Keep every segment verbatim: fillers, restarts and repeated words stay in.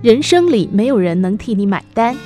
人生里没有人能替你买单。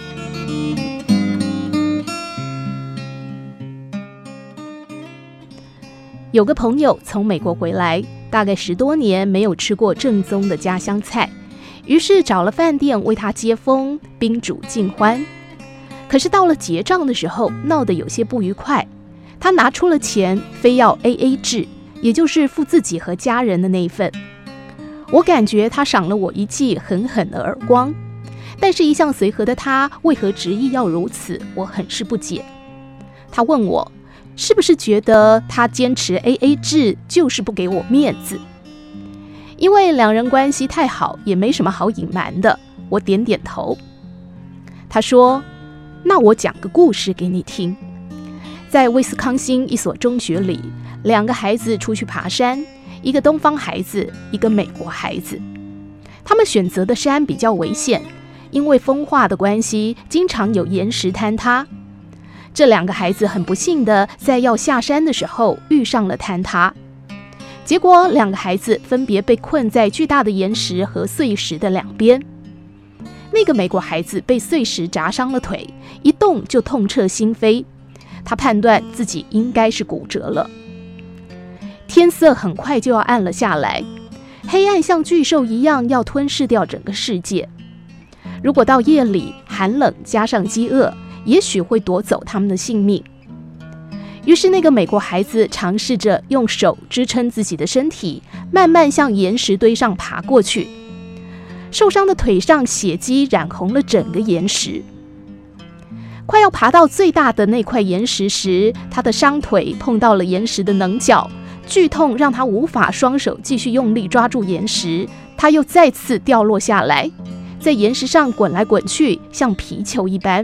有个朋友从美国回来，大概十多年没有吃过正宗的家乡菜，于是找了饭店为他接风，宾主尽欢。可是到了结账的时候，闹得有些不愉快。他拿出了钱，非要 A A 制，也就是付自己和家人的那一份。我感觉他赏了我一记狠狠的耳光，但是一向随和的他为何执意要如此，我很是不解。他问我是不是觉得他坚持 A A 制就是不给我面子？因为两人关系太好，也没什么好隐瞒的，我点点头。他说，那我讲个故事给你听。在威斯康星一所中学里，两个孩子出去爬山，一个东方孩子，一个美国孩子。他们选择的山比较危险，因为风化的关系，经常有岩石坍塌。这两个孩子很不幸的在要下山的时候遇上了坍塌，结果两个孩子分别被困在巨大的岩石和碎石的两边。那个美国孩子被碎石砸伤了腿，一动就痛彻心扉，他判断自己应该是骨折了。天色很快就要暗了下来，黑暗像巨兽一样要吞噬掉整个世界。如果到夜里寒冷加上饥饿，也许会夺走他们的性命。于是那个美国孩子尝试着用手支撑自己的身体，慢慢向岩石堆上爬过去。受伤的腿上血迹染红了整个岩石。快要爬到最大的那块岩石时，他的伤腿碰到了岩石的棱角，剧痛让他无法双手继续用力抓住岩石，他又再次掉落下来，在岩石上滚来滚去，像皮球一般。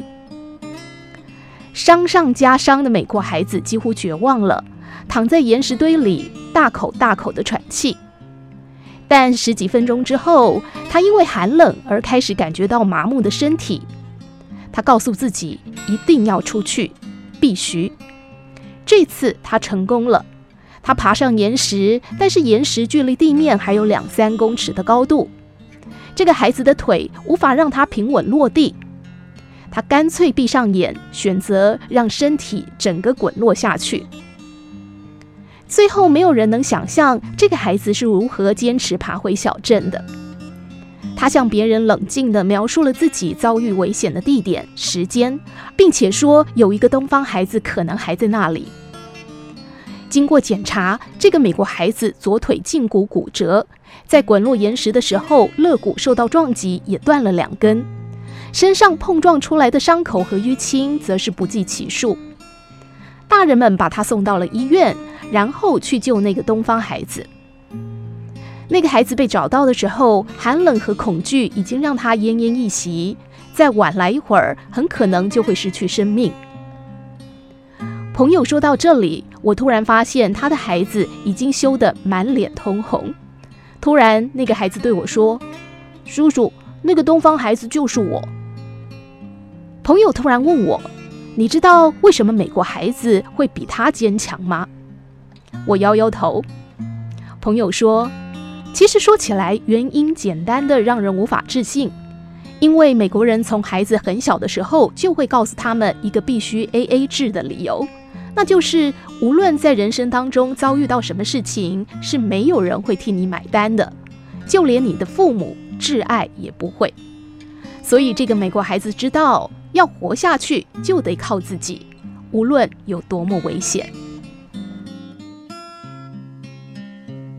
伤上加伤的美国孩子几乎绝望了，躺在岩石堆里大口大口地喘气。但十几分钟之后，他因为寒冷而开始感觉到麻木的身体。他告诉自己一定要出去，必须。这次他成功了，他爬上岩石，但是岩石距离地面还有两三公尺的高度，这个孩子的腿无法让他平稳落地。他干脆闭上眼，选择让身体整个滚落下去。最后没有人能想象这个孩子是如何坚持爬回小镇的。他向别人冷静地描述了自己遭遇危险的地点、时间，并且说有一个东方孩子可能还在那里。经过检查，这个美国孩子左腿胫骨骨折，在滚落岩石的时候肋骨受到撞击，也断了两根。身上碰撞出来的伤口和淤青则是不计其数。大人们把他送到了医院，然后去救那个东方孩子。那个孩子被找到的时候，寒冷和恐惧已经让他奄奄一息，再晚来一会儿，很可能就会失去生命。朋友说到这里，我突然发现他的孩子已经羞得满脸通红。突然，那个孩子对我说：“叔叔，那个东方孩子就是我。”朋友突然问我：“你知道为什么美国孩子会比他坚强吗？”我摇摇头。朋友说：“其实说起来，原因简单的让人无法置信。因为美国人从孩子很小的时候就会告诉他们一个必须 A A 制的理由，那就是无论在人生当中遭遇到什么事情，是没有人会替你买单的，就连你的父母挚爱也不会。所以这个美国孩子知道，要活下去就得靠自己，无论有多么危险。